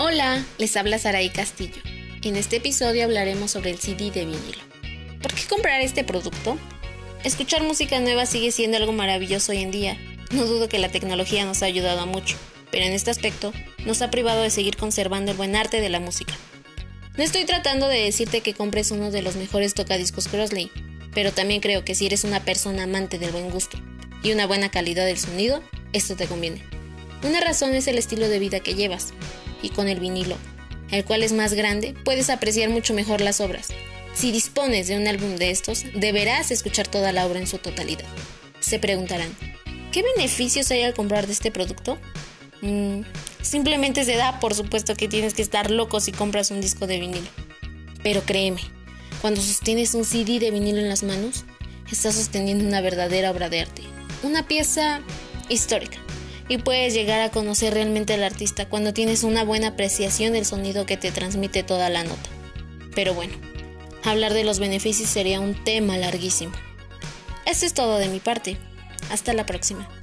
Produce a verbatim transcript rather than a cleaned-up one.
Hola, les habla Saraí Castillo. En este episodio hablaremos sobre el C D de vinilo. ¿Por qué comprar este producto? Escuchar música nueva sigue siendo algo maravilloso hoy en día. No dudo que la tecnología nos ha ayudado a mucho, pero en este aspecto nos ha privado de seguir conservando el buen arte de la música. No estoy tratando de decirte que compres uno de los mejores tocadiscos Crosley, pero también creo que si eres una persona amante del buen gusto y una buena calidad del sonido, esto te conviene. Una razón es el estilo de vida que llevas, y con el vinilo, el cual es más grande, puedes apreciar mucho mejor las obras. Si dispones de un álbum de estos, deberás escuchar toda la obra en su totalidad. Se preguntarán, ¿qué beneficios hay al comprar de este producto? Mm, simplemente se da, por supuesto que tienes que estar loco si compras un disco de vinilo. Pero créeme, cuando sostienes un C D de vinilo en las manos, estás sosteniendo una verdadera obra de arte, una pieza histórica. Y puedes llegar a conocer realmente al artista cuando tienes una buena apreciación del sonido que te transmite toda la nota. Pero bueno, hablar de los beneficios sería un tema larguísimo. Eso es todo de mi parte. Hasta la próxima.